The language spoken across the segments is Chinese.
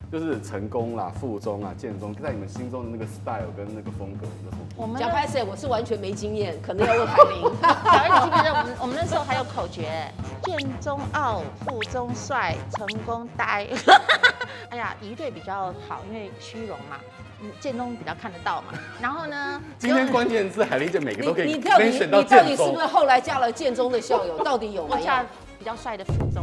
就是成功啦、附中啊、建中，在你们心中的那个 style 跟那个风格有什么？ 我们讲拍谁，我是完全没经验，可能要问海玲。 小薇，你记不记得我们那时候还有口诀：建中傲，附中帅，成功呆。哎呀，一队比较好，因为虚荣嘛。建中比较看得到嘛，然后呢？ 今天关键字海玲姐每个都可以你到底选到你到建中底是不是后来嫁了建中的校友？到底有没有？ 我嫁比较帅的附中。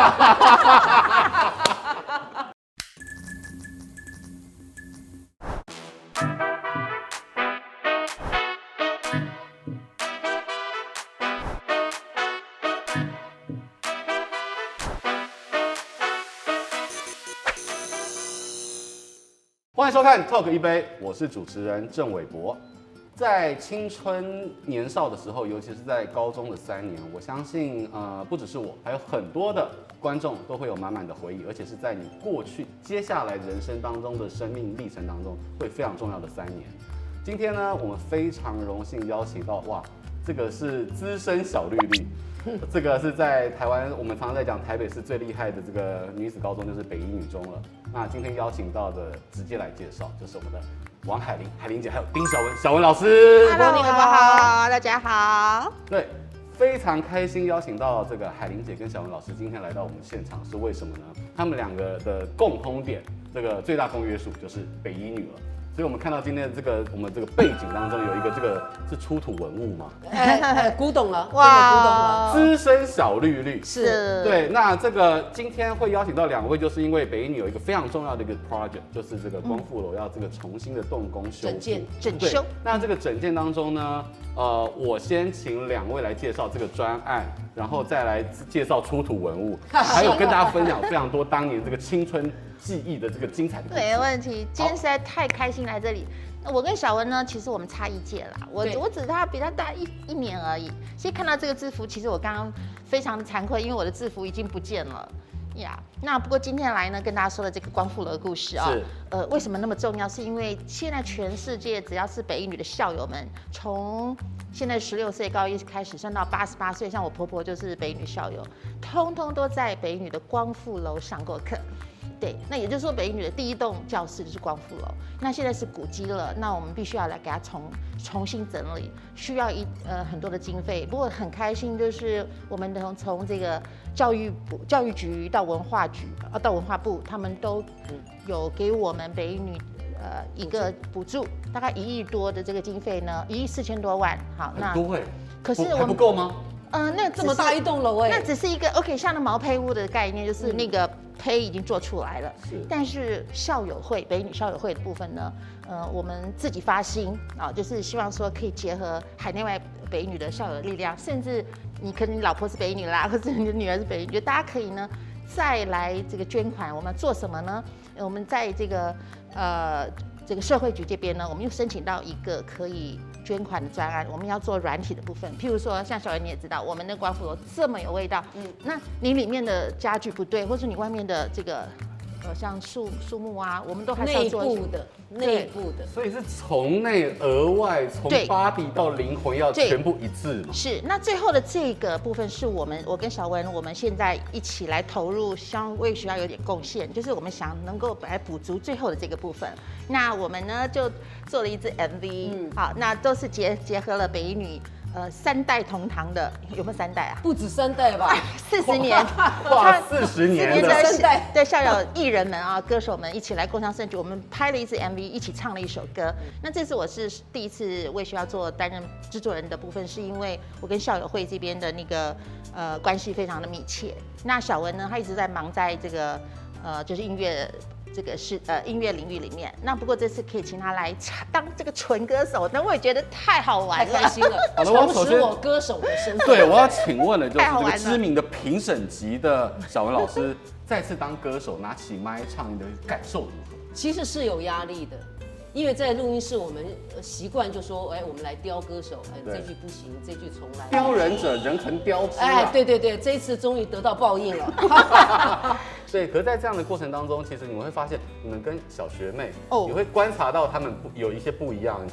欢迎收看 Talk 一杯，我是主持人郑伟博。在青春年少的时候，尤其是在高中的3年，我相信不只是我，还有很多的观众都会有满满的回忆，而且是在你过去接下来人生当中的生命历程当中会非常重要的3年。今天呢，我们非常荣幸邀请到这个是资深小绿绿。这个是在台湾，我们常常在讲台北市最厉害的这个女子高中就是北一女中了。那今天邀请到的，直接来介绍，就是我们的王海玲、海玲姐，还有丁小文老师。 Hello， 你们好，大家好。 对，非常开心邀请到这个海玲姐跟小文老师今天来到我们现场，是为什么呢？他们两个的共通点，这个最大公约数就是北一女了。所以我们看到今天的我们这个背景当中有一个这个是出土文物嘛？ 古董了，真的古董了。 资深小绿绿是， 对。那这个今天会邀请到2位，就是因为北一女有一个非常重要的一个 project， 就是这个光复楼要这个重新的动工修复整修。 那这个整件当中呢，我先请2位来介绍这个专案，然后再来介绍出土文物，还有跟大家分享非常多当年这个青春记忆的这个精彩的故事。 没问题，今天实在太开心来这里。我跟小文呢，其实我们差1届啦，我只他比他大一年而已。所以看到这个制服，其实我刚刚非常的惭愧，因为我的制服已经不见了呀。那不过今天来呢，跟大家说的这个光复楼的故事啊，为什么那么重要？是因为现在全世界只要是北一女的校友们，从现在16岁高一开始算到88岁，像我婆婆就是北一女校友，通通都在北一女的光复楼上过课。对，那也就是说，北一女的第1栋教室就是光复楼。那现在是古迹了，那我们必须要来给它重新整理，需要很多的经费。不过很开心，就是我们从这个教育局到文化局到文化部，他们都有给我们北一女一个补助，大概1亿多的这个经费呢，1亿4000多万。好，那很多哎， 可是我还不够吗？ 那这么大一栋楼哎， 那只是一个 OK， 像那毛坯屋的概念，就是那个坯已经做出来了。但是校友会北一女校友会的部分呢，我们自己发心啊，就是希望说可以结合海内外北一女的校友的力量，甚至可能你老婆是北一女啦，或者你的女儿是北一女，大家可以呢再来这个捐款。我们做什么呢？我们在这个社会局这边呢，我们又申请到一个可以捐款的专案，我们要做软体的部分。譬如说，像小文你也知道，我们的光复楼这么有味道，那你里面的家具不对，或是你外面的这个像树木啊，我们都还是要做内部的， 所以是从内而外，从 body 到灵魂要全部一致嘛。 是，那最后的这个部分是我跟小文，我们现在一起来投入，希望为学校有点贡献，就是我们想能够来补足最后的这个部分。那我们呢就做了一支 MV，好，那都是结合了北一女。3代同堂的，有没有3代啊？ 不止3代吧 ，40年， 哇，40年的 3代，对校友艺人们啊，歌手们一起来共襄盛举，我们拍了一支 MV， 一起唱了一首歌。那这次我是第一次为学校担任制作人的部分，是因为我跟校友会这边的那个关系非常的密切。那小文呢，他一直在忙在这个就是音乐。这个是音乐领域里面，那不过这次可以请他来当这个纯歌手，那我也觉得太好玩了， 太开心了。重拾我歌手的身份。 对，我要请问的就是这个知名的评审级的小文老师，再次当歌手拿起麦唱，你的感受如何？ 其实是有压力的。因为在录音室，我们习惯就说，我们来雕歌手，这句不行，这句重来。 雕人者，人恒雕之。 对，这一次终于得到报应了。 对，可是在这样的过程当中，其实你们会发现，你们跟小学妹，你会观察到他们有一些不一样。你说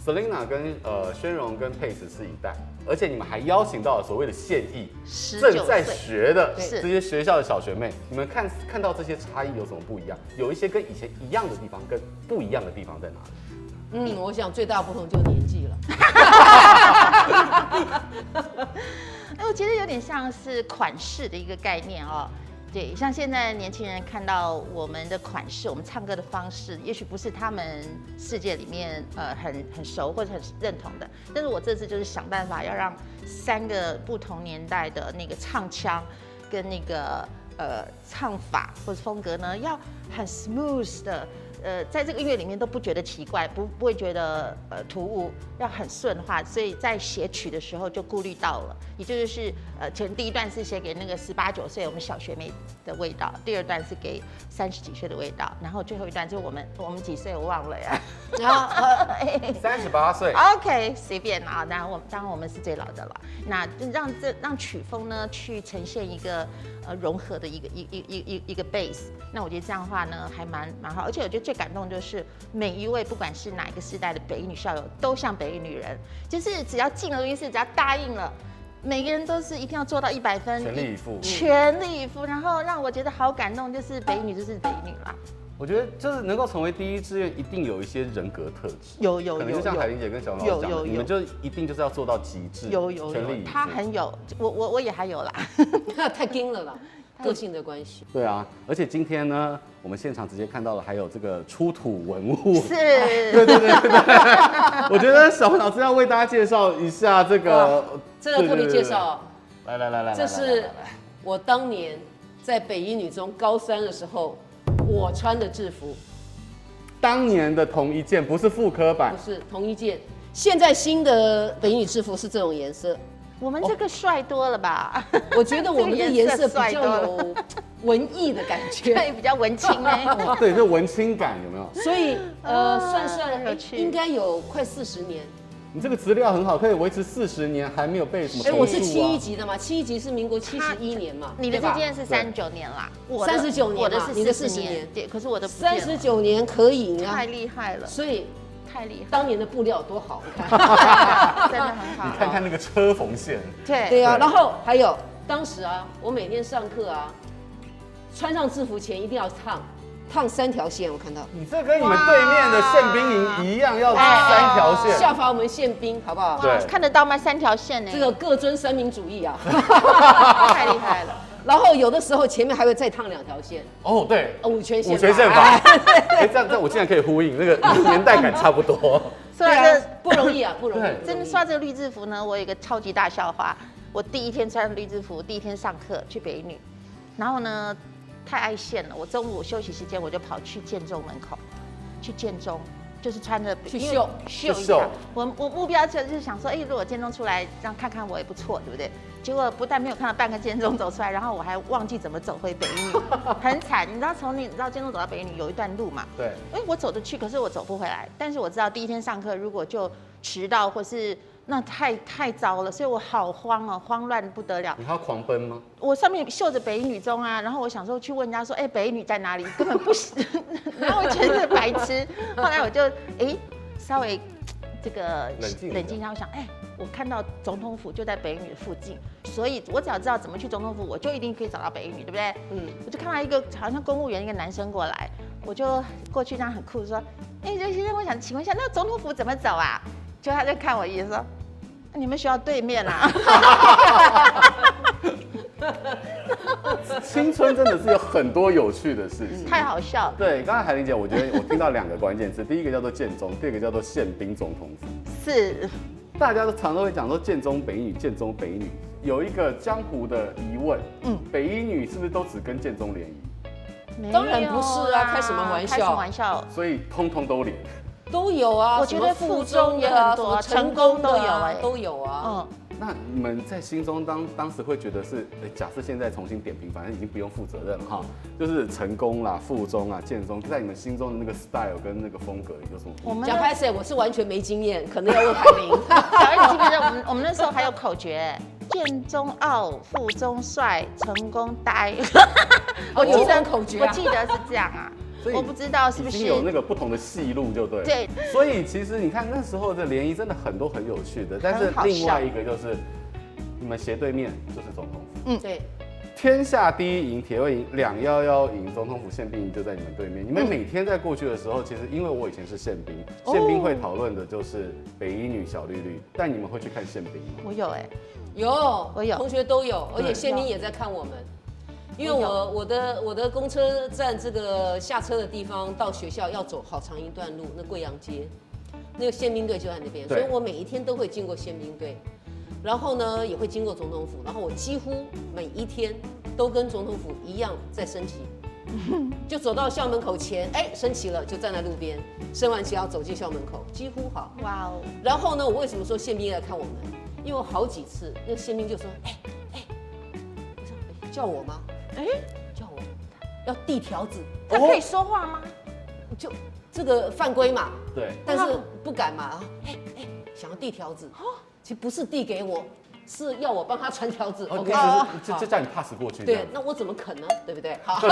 Selina 跟宣荣跟 Pace 是一代，而且你们还邀请到了所谓的现役 19 正在学的是这些学校的小学妹，你们看到这些差异有什么不一样？有一些跟以前一样的地方，跟不一样的地方在哪里？ 我想最大不同就是年纪了。 我觉得有点像是款式的一个概念哦。对，像现在年轻人看到我们的款式，我们唱歌的方式，也许不是他们世界里面很熟或者很认同的，但是我这次就是想办法要让3个不同年代的那个唱腔跟那个唱法或者风格呢，要很 smooth 的。在这个音乐里面都不觉得奇怪，不会觉得突兀，要很顺化，所以在写曲的时候就顾虑到了，也就是前第一段是写给那个18、19岁我们小学妹的味道，第二段是给30几岁的味道，然后最后一段就是我们几岁我忘了呀，然后 38岁 ，OK 随便啊，当然我们是最老的了，那让曲风呢去呈现一个融合的一个 base， 那我觉得这样的话呢还蛮好，而且我觉得最感动就是每一位不管是哪一个世代的北一女校友都像北一女人，就是只要进了录音室，只要答应了，每个人都是一定要做到100分， 全力以赴， 全力以赴，然后让我觉得好感动，就是北一女就是北一女啦。 我觉得就是能够成为第一志愿，一定有一些人格特质， 有， 可能就像海玲姐跟小龙老师讲的，你们就一定就是要做到极致，全力以赴。 他很有，我也还有啦， 太硬了啦。个性的关系， 对啊，而且今天呢，我们现场直接看到了还有这个出土文物， 是， 对，我觉得小文老师要为大家介绍一下这个， 这个特别介绍， 来， 这是我当年在北一女中高3的时候我穿的制服， 当年的同一件，不是复刻版， 不是同一件，现在新的北一女制服是这种颜色。 我们这个帅多了吧？ 我觉得我们的颜色比较有文艺的感觉， 对，比较文青哎。 对，这文青感有没有？ 所以算应该有快40年。 你这个资料很好，可以维持40年，还没有被什么投诉啊？ 我是71级的嘛，71级是民国71年嘛。 你的这件是39年啦 ，39年， 我的是你的 40年，对，可是我的 39年可以啊， 太厉害了， 所以。 太厉害！ 当年的布料多好，你看， 真的很好。 你看看那个车缝线， 对啊。然后还有当时啊，我每天上课啊，穿上制服前一定要烫3条线，我看到。 你这跟你们对面的宪兵营一样，要3条线。 效法我们宪兵，好不好？ 对， 看得到吗？3条线呢？ 这个各尊三民主义啊， 太厉害了。 然后有的时候前面还会再烫2条线。 哦，对， 五权宪法。这样我竟然可以呼应，那个年代感差不多。 对啊， 不容易啊，不容易。 真的说到这个绿制服呢，我有一个超级大笑话。我第一天穿绿制服，第一天上课去北一女，然后呢太爱现了，我中午休息时间我就跑去建中门口，去建中。就是穿着去秀一下，我目标就是想说，如果建中出来，让看看我也不错，对不对？结果不但没有看到半个建中走出来，然后我还忘记怎么走回北一女，很惨。你知道建中走到北一女有一段路嘛？ 对。 我走得去，可是我走不回来。但是我知道第一天上课如果就迟到或是那太糟了，所以我好慌哦，慌乱不得了。 你还要狂奔吗？ 我上面绣着北一女中啊，然后我想说去问人家说，北一女在哪里？根本不行，然后我觉得白痴。后来我就稍微这个冷静一下，我想我看到总统府就在北一女的附近，所以我只要知道怎么去总统府，我就一定可以找到北一女，对不对？我就看到一个好像公务员一个男生过来，我就过去这样很酷说，刘先生，我想请问一下，那总统府怎么走啊？就他就看我一眼说，你们学校对面啊。 青春真的是有很多有趣的事情， 太好笑了。 对，刚才海玲姐，我觉得我听到2个关键字，第一个叫做建中，第二个叫做宪兵总统府。 是， 大家都常会讲说建中北一女，建中北一女，有一个江湖的疑问，北一女是不是都只跟建中联谊？ 当然不是啊，开什么玩笑？ 开什么玩笑？ 所以通通都连。 都有啊， 我觉得附中也很多，成功都有都有啊。 那你们在心中当时会觉得是，假设现在重新点评，反正已经不用负责任哈，就是成功啦、附中啊、建中，在你们心中的那个 style 跟那个风格有什么不一样？ 讲拍摄，我是完全没经验，可能要问海玲。 小燕，你记不记得我们那时候还有口诀？建中傲，附中帅，成功呆。 我记得口诀， 我记得是这样啊。 所以我不知道是不是已经有那个不同的戏路，就对。 对。 所以其实你看那时候的联谊真的很多很有趣的，但是另外一个就是你们斜对面就是总统府。 对。 天下第一营铁卫营211营总统府宪兵营就在你们对面。你们每天在过去的时候，其实因为我以前是宪兵，宪兵会讨论的就是北一女小绿绿，但你们会去看宪兵吗？ 我有有， 我有， 同学都有，而且宪兵也在看我们。因为我的公车站这个下车的地方到学校要走好长一段路，那贵阳街，那个宪兵队就在那边，所以我每一天都会经过宪兵队。然后呢，也会经过总统府，然后我几乎每一天都跟总统府一样在升旗，就走到校门口前，升旗了，就站在路边，升完旗要走进校门口，几乎好。 哇哦！ 然后呢，我为什么说宪兵来看我们？因为我好几次那个宪兵就说，我说叫我吗？叫我要递条子， 他可以说话吗？ 就这个犯规嘛， 对， 但是不敢嘛，想要递条子。其实不是递给我，是要我帮他传条子。OK， 就叫你 pass 过去。 对，那我怎么肯呢？对不对？好，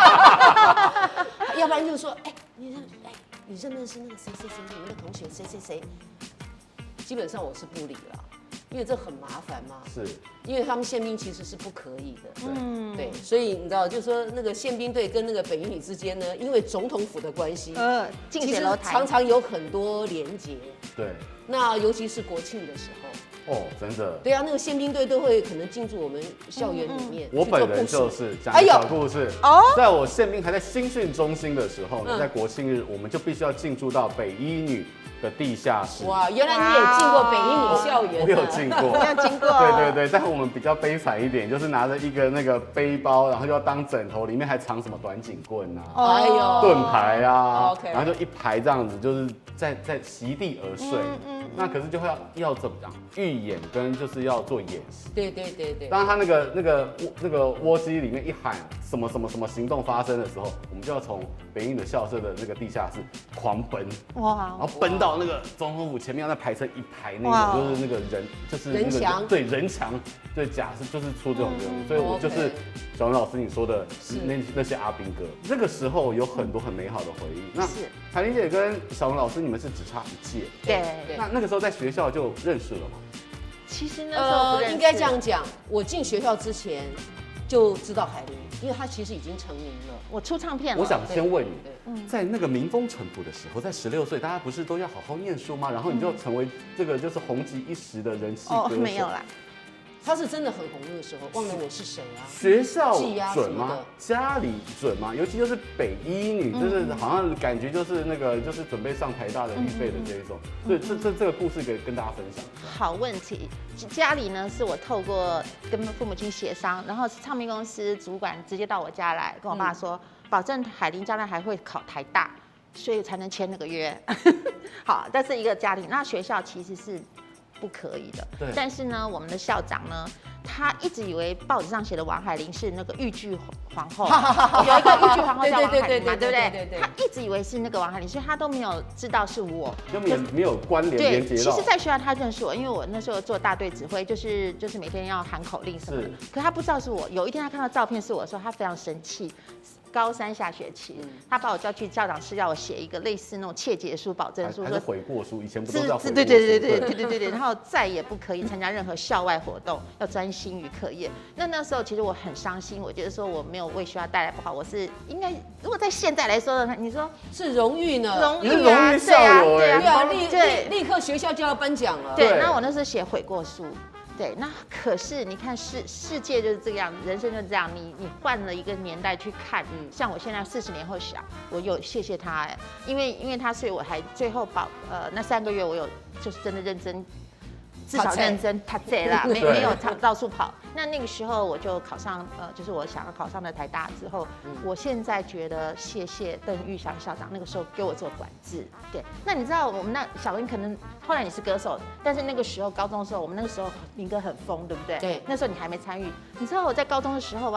要不然就是说，你认不认识那个谁谁谁，你们的同学谁谁谁？基本上我是不理了，因为这很麻烦嘛。 是， 因为他们宪兵其实是不可以的。对，所以你知道，就是说那个宪兵队跟那个北一女之间呢，因为总统府的关系， 近水楼台， 常常有很多连结。 对。 那尤其是国庆的时候， 真的。 对啊，那个宪兵队都会可能进驻我们校园里面。 我本人就是讲一个小故事。在我宪兵还在新训中心的时候呢，在国庆日我们就必须要进驻到北一女的地下室。 哇，原来你也进过北一女校园？ 我有进过， 有进过。 对，但我们比较悲惨一点，就是拿着一个那个背包，然后就要当枕头，里面还藏什么短警棍啊、盾牌啊，然后就一排这样子，就是在席地而睡。那可是就会要怎么讲预演跟就是要做演习。 对。 当他那个窝机里面一喊什么行动发生的时候，我们就要从北一女的校舍的那个地下室狂奔，然后奔到那个总统府前面，要再排成一排那种，就是那个人就是人墙， 对人墙，对假是就是出这种任务，所以我就是小文老师你说的那些阿兵哥，那个时候有很多很美好的回忆。那彩玲姐跟小文老师你们是只差一届， 对， 那个时候在学校就认识了吗？ 其实那时候不认识， 应该这样讲，我进学校之前就知道海玲，因为她其实已经成名了。 我出唱片了。 我想先问你，在那个民风淳朴的时候，在16岁，大家不是都要好好念书吗？然后你就成为这个就是红极一时的人气歌手。 没有啦。 他是真的很红那个时候，忘了我是谁啊？ 学校准吗？家里准吗？尤其就是北一女，就是好像感觉就是那个就是准备上台大的预备的这一种。所以这个故事可以跟大家分享一下。 好问题，家里呢是我透过跟父母亲协商，然后唱片公司主管直接到我家来跟我爸说，保证海玲将来还会考台大，所以才能签那个约。好，这是一个家庭。那学校其实是不可以的。 对。 但是呢，我们的校长呢，他一直以为报纸上写的王海玲是那个豫剧皇后，有一个豫剧皇后叫王海玲嘛，对不对？他一直以为是那个王海玲，所以他都没有知道是我， 就没有关联连接到。 其实，在学校他认识我，因为我那时候做大队指挥，就是每天要喊口令什么的。可他不知道是我。有一天他看到照片是我的时候，他非常生气。高3下学期，他把我叫去校长室，要我写一个类似那种切结书、保证书， 还是悔过书？以前不都叫悔过书？ 对，然后再也不可以参加任何校外活动，要专心于课业。那时候其实我很伤心，我觉得说我没有为学校带来不好，我是应该如果在现在来说，你说是荣誉呢？ 荣誉啊，对啊， 立刻学校就要颁奖了。 对，那我那时候写悔过书。对，那可是你看世界就是这个样子，人生就是这样。你换了一个年代去看，像我现在40年后想，我有谢谢他因为他，所以我还最后那3个月我有就是真的认真，至少认真他在啦，没有到处跑。那个时候我就考上就是我想要考上的台大之后，我现在觉得谢谢邓玉祥校长那个时候给我做管制。对，那你知道我们那小文可能后来你是歌手，但是那个时候高中的时候，我们那个时候民歌很疯，对不对？ 对， 那时候你还没参与。你知道我在高中的时候啊，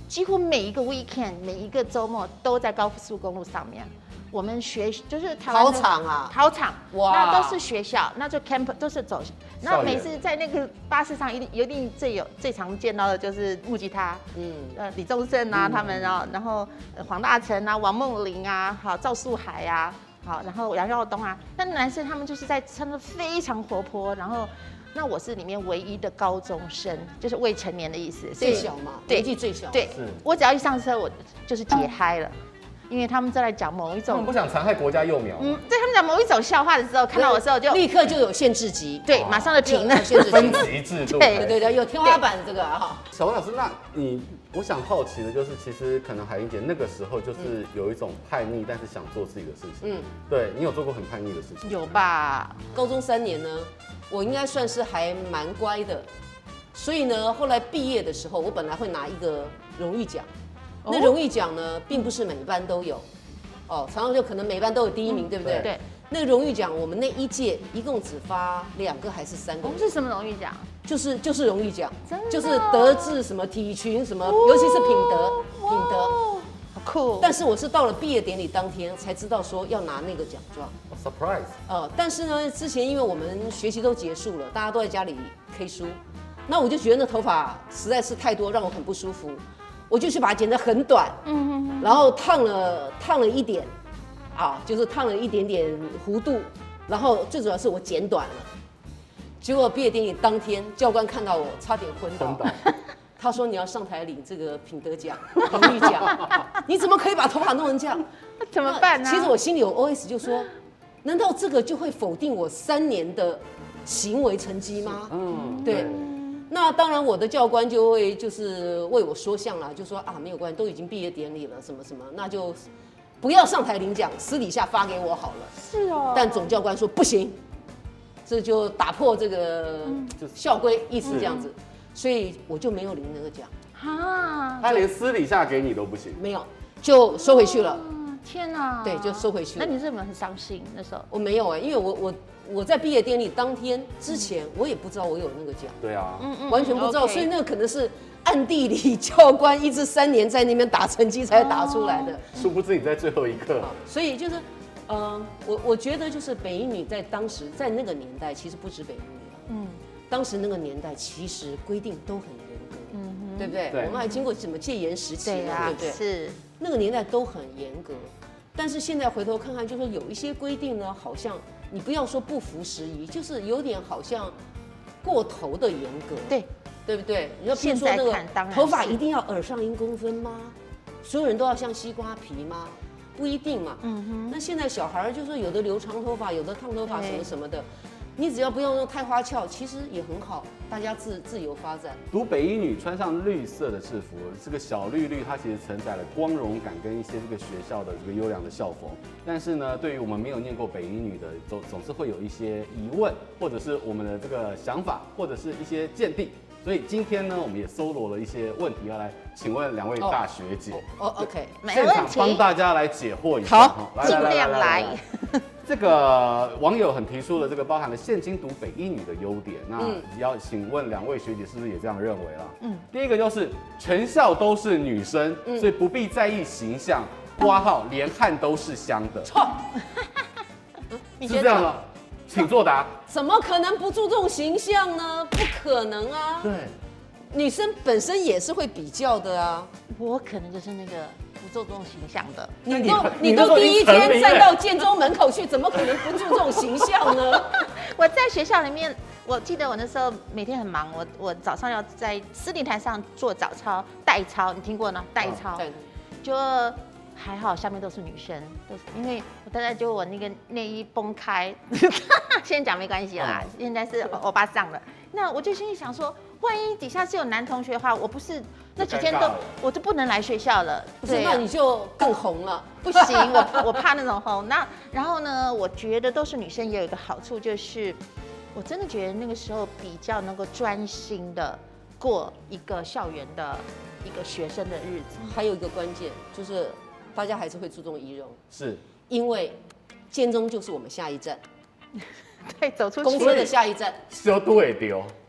几乎每一个 weekend 每一个周末都在高速公路上面。我们就是台湾考场啊， 考场， 哇， 那都是学校，那就 camp 都是走。那每次在那个巴士上，一定最常见到的就是木吉他，李宗盛啊他们啊，然后黄大成啊、王梦麟啊，好赵树海啊，好，然后杨耀东啊，那男生他们就是在唱得非常活泼，然后。那我是里面唯一的高中生，就是未成年的意思， 最小嘛，年纪最小。 对，我只要一上车，我就是解嗨了。因为他们在讲某一种， 他们不想残害国家幼苗。 对他们讲某一种笑话的时候，看到我的时候就立刻就有限制级， 对，马上就停了。 分级制度， 对，有天花板这个哈。 小文老师，那我想好奇的就是，其实可能海英姐那个时候就是有一种叛逆，但是想做自己的事情。对你有做过很叛逆的事情？ 有吧？ 高中3年呢，我应该算是还蛮乖的，所以呢，后来毕业的时候，我本来会拿一个荣誉奖。那荣誉奖呢，并不是每班都有，常常就可能每班都有第1名，对不对？ 对。 那个荣誉奖，我们那一届一共只发2个还是3个？ 是什么荣誉奖？ 就是荣誉奖，就是德智什么体群什么，尤其是品德，好酷。 但是我是到了毕业典礼当天才知道说要拿那个奖状 ，surprise。 但是呢，之前因为我们学习都结束了，大家都在家里 K 书，那我就觉得那头发实在是太多，让我很不舒服。我就去把它剪得很短，然后烫了一点，就是烫了一点点弧度，然后最主要是我剪短了。结果毕业典礼当天，教官看到我差点昏倒，他说你要上台领这个品德奖、荣誉奖，你怎么可以把头发弄成这样？ 怎么办呢？ 其实我心里有 OS 就说，难道这个就会否定我3年的行为成绩吗？对。那当然，我的教官就会就是为我说项了，就说没有关系，都已经毕业典礼了，什么什么，那就不要上台领奖，私底下发给我好了。 是哦。 但总教官说不行，这就打破这个校规，意思这样子，所以我就没有领那个奖。 他连私底下给你都不行， 没有，就收回去了。 天哪！ 对，就收回去了。 那你是不是很伤心那时候？ 我没有因为我在毕业典礼当天之前，我也不知道我有那个奖。 对啊， 完全不知道，所以那个可能是暗地里教官一直3年在那边打成绩才打出来的。 殊不知你在最后一刻。 所以就是，我觉得就是北一女在当时在那个年代，其实不止北一女了。当时那个年代其实规定都很严格，对不对？我们还经过什么戒严时期呢？对不对？ 是。 那个年代都很严格，但是现在回头看看，就是有一些规定呢，好像你不要说不符时宜，就是有点好像过头的严格，对不对？你要譬如说那个头发一定要耳上1公分吗？所有人都要像西瓜皮吗？不一定嘛。那现在小孩就是有的留长头发，有的烫头发什么什么的。你只要不要用太花俏，其实也很好，大家自由发展。 读北一女穿上绿色的制服，这个小绿绿它其实承载了光荣感跟一些这个学校的这个优良的校风。但是呢，对于我们没有念过北一女的，总是会有一些疑问，或者是我们的这个想法，或者是一些鉴定。所以今天呢，我们也搜罗了一些问题要来请问2位大学姐。 OK， 现场帮大家来解惑一下。 好，尽量来。 这个网友很提出了这个包含了现今读北一女的优点，那要请问2位学姐是不是也这样认为了？第一个就是全校都是女生，所以不必在意形象，括号连汗都是香的。 错， 是这样吗？请作答。 怎么可能不注重形象呢？不可能啊！ 对， 女生本身也是会比较的啊。 我可能就是那个不注重形象的。 你都第1天站到建中门口去，怎么可能不注重形象呢？ 我在学校里面，我记得我那时候每天很忙，我早上要在司令台上做早操、代操，你听过呢？代操，就还好，下面都是女生，都是因为我大概就我那个内衣崩开，现在讲没关系啦，现在是欧巴桑了。那我就心里想说，万一底下是有男同学的话，我不是那几天我就不能来学校了。 对，那你就更红了。 不行，我怕那种红。那然后呢，我觉得都是女生也有一个好处，就是我真的觉得那个时候比较能够专心的过一个校园的一个学生的日子。 还有一个关键就是。大家还是会注重仪容， 是因为建中就是我们下一站， 对，走出公车的下一站， 修都会丢。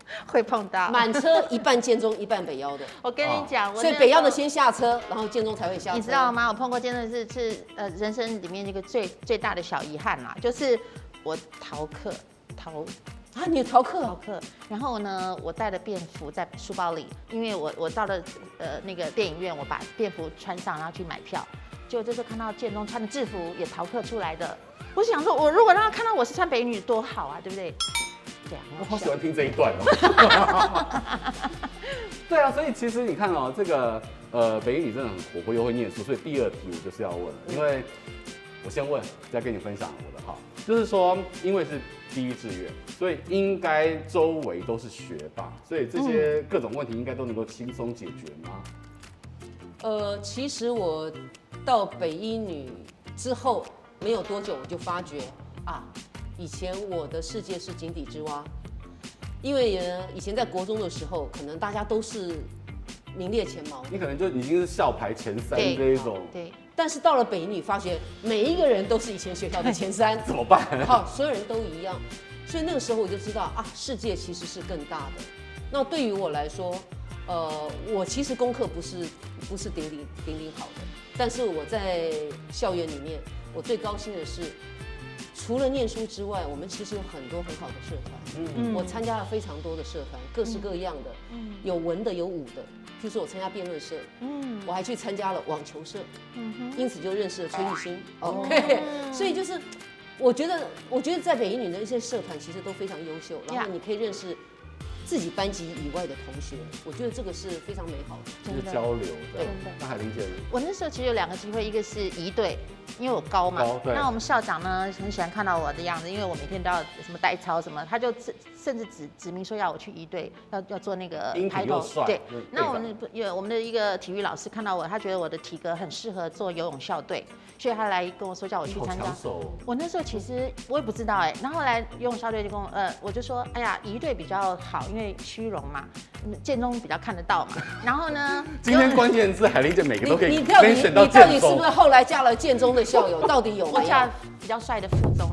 会碰到满车一半建中一半北腰的。 我跟你讲， 所以北腰的先下车，然后建中才会下车。 你知道吗？我碰过真的是人生里面一个最大的小遗憾啦，就是我逃啊，你逃课， 然后呢，我带了便服在书包里，因为我到了那个电影院，我把便服穿上，然后去买票。结果这时候看到建中穿的制服也逃课出来的，我想说，我如果让他看到我是穿北一女多好啊，对不对？对啊， 我好喜欢听这一段哦。对啊，所以其实你看哦，这个北一女真的很活泼又会念书，所以第二题我就是要问了，因为我先问，再跟你分享我的哈，就是说因为是第一志愿，所以应该周围都是学霸，所以这些各种问题应该都能够轻松解决吗？ 其实我到北一女之后没有多久，我就发觉啊，以前我的世界是井底之蛙，因为以前在国中的时候，可能大家都是名列前茅， 你可能就已经是校排前3这一种， 对。 但是到了北一女，发觉每一个人都是以前学校的前3， 怎么办？ 好，所有人都一样，所以那个时候我就知道啊，世界其实是更大的。那对于我来说，我其实功课不是顶顶好的，但是我在校园里面，我最高兴的是，除了念书之外，我们其实有很多很好的社团。我参加了非常多的社团，各式各样的，有文的，有武的。譬如说我参加辩论社，我还去参加了网球社，因此就认识了崔立新。OK， 所以就是我觉得在北一女的一些社团其实都非常优秀，然后你可以认识自己班级以外的同学，我觉得这个是非常美好的， 就是交流的。那海玲姐， 我那时候其实有2个机会，一个是仪队，因为我高嘛，那我们校长呢很喜欢看到我的样子，因为我每天都要什么代操什么，他就甚至指明说要我去仪队，要做那个排头。对，那我们的一个体育老师看到我，他觉得我的体格很适合做游泳校队，所以他来跟我说叫我去参加。我那时候其实我也不知道哎，然后后来游泳校队就跟我就说，哎呀，仪队比较好，因为虚荣嘛，建中比较看得到嘛。然后呢， 今天关键字海玲姐每个都可以你到底选到建中， 你到底是不是后来嫁了建中的校友？到底有没有？ 我嫁比较帅的附中。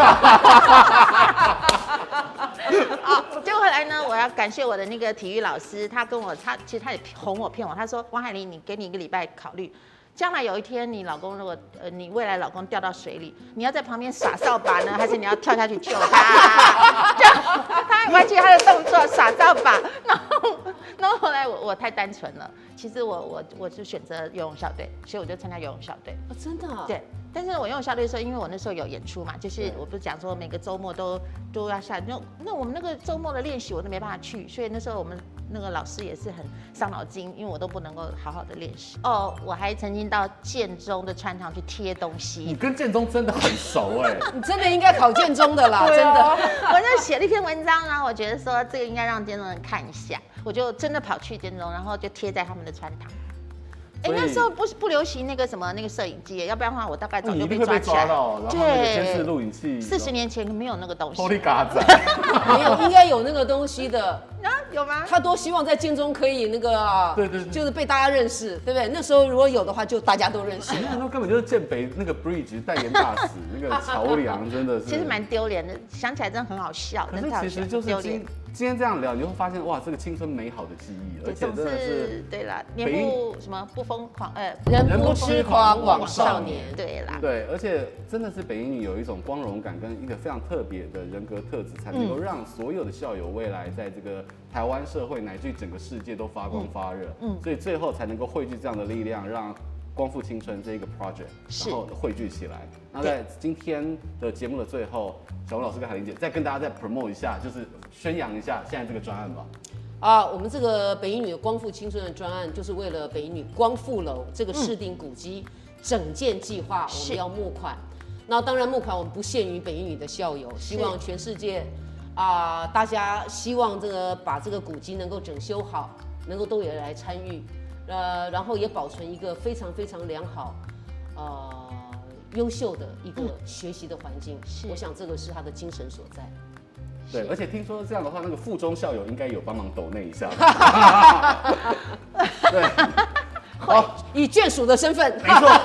好，结果后来呢，我要感谢我的那个体育老师，他其实他也哄我骗我，他说王海玲，你给你1个礼拜考虑。将来有一天，你老公如果你未来老公掉到水里，你要在旁边耍扫把呢，还是你要跳下去救他？他完全他的动作耍扫把，然后后来我太单纯了，其实我就选择游泳校队，所以我就参加游泳校队。 哦，真的？ 对。但是我游泳校队的时候，因为我那时候有演出嘛，就是我不是讲说每个周末都要下，那我们那个周末的练习我都没办法去，所以那时候我们那个老师也是很伤脑筋，因为我都不能够好好的练习。哦，我还曾经到建中的穿堂去贴东西。 你跟建中真的很熟哎， 你真的应该考建中的啦，真的。 我就写了一篇文章，然后我觉得说这个应该让建中人看一下，我就真的跑去建中，然后就贴在他们的穿堂。哎，那时候不流行那个什么那个摄影机，要不然的话我大概早就被抓起来。 对，监视录影器。 40年前没有那个东西。 没有，应该有那个东西的。 啊，有吗？ 他多希望在建中可以那个，对，就是被大家认识，对不对？那时候如果有的话，就大家都认识。 那根本就是建北那个 bridge 代言大使，那个桥梁真的是。 其实蛮丢脸的，想起来真的很好笑。 可是其实就是今天这样聊，你会发现哇，这个青春美好的记忆，而且真的是对啦，年不什么不疯狂， 人不痴狂枉少年， 对啦， 对，而且真的是北一女有一种光荣感跟一个非常特别的人格特质，才能够让所有的校友未来在这个台湾社会乃至于整个世界都发光发热，所以最后才能够汇聚这样的力量，让光复青春这一个 project， 然后汇聚起来。那在今天的节目的最后，小文老师跟海玲姐再跟大家再 promote 一下，就是宣扬一下现在这个专案吧。 我们这个北一女光复青春的专案，就是为了北一女光复楼这个市定古迹整建计划，我们要募款。那当然募款我们不限于北一女的校友，希望全世界大家希望把这个古迹能够整修好，能够都也来参与。然后也保存一个非常非常良好、优秀的一个学习的环境。我想这个是他的精神所在。 对，而且听说这样的话，那个附中校友应该有帮忙抖内一下。对， 好，以眷属的身份， 没错。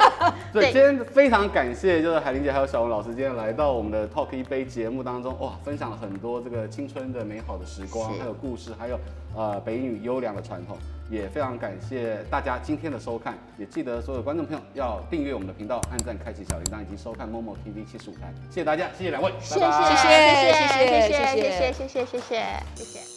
对，今天非常感谢，就是海玲姐还有小文老师今天来到我们的 Talk 一杯节目当中，哇，分享了很多这个青春的美好的时光，还有故事，还有北一女优良的传统。也非常感谢大家今天的收看，也记得所有观众朋友要订阅我们的频道，按赞、开启小铃铛，以及收看 Momo TV 75台。谢谢大家，谢谢两位， 谢谢， 拜拜谢谢，谢谢，谢谢，谢谢，谢谢，谢谢。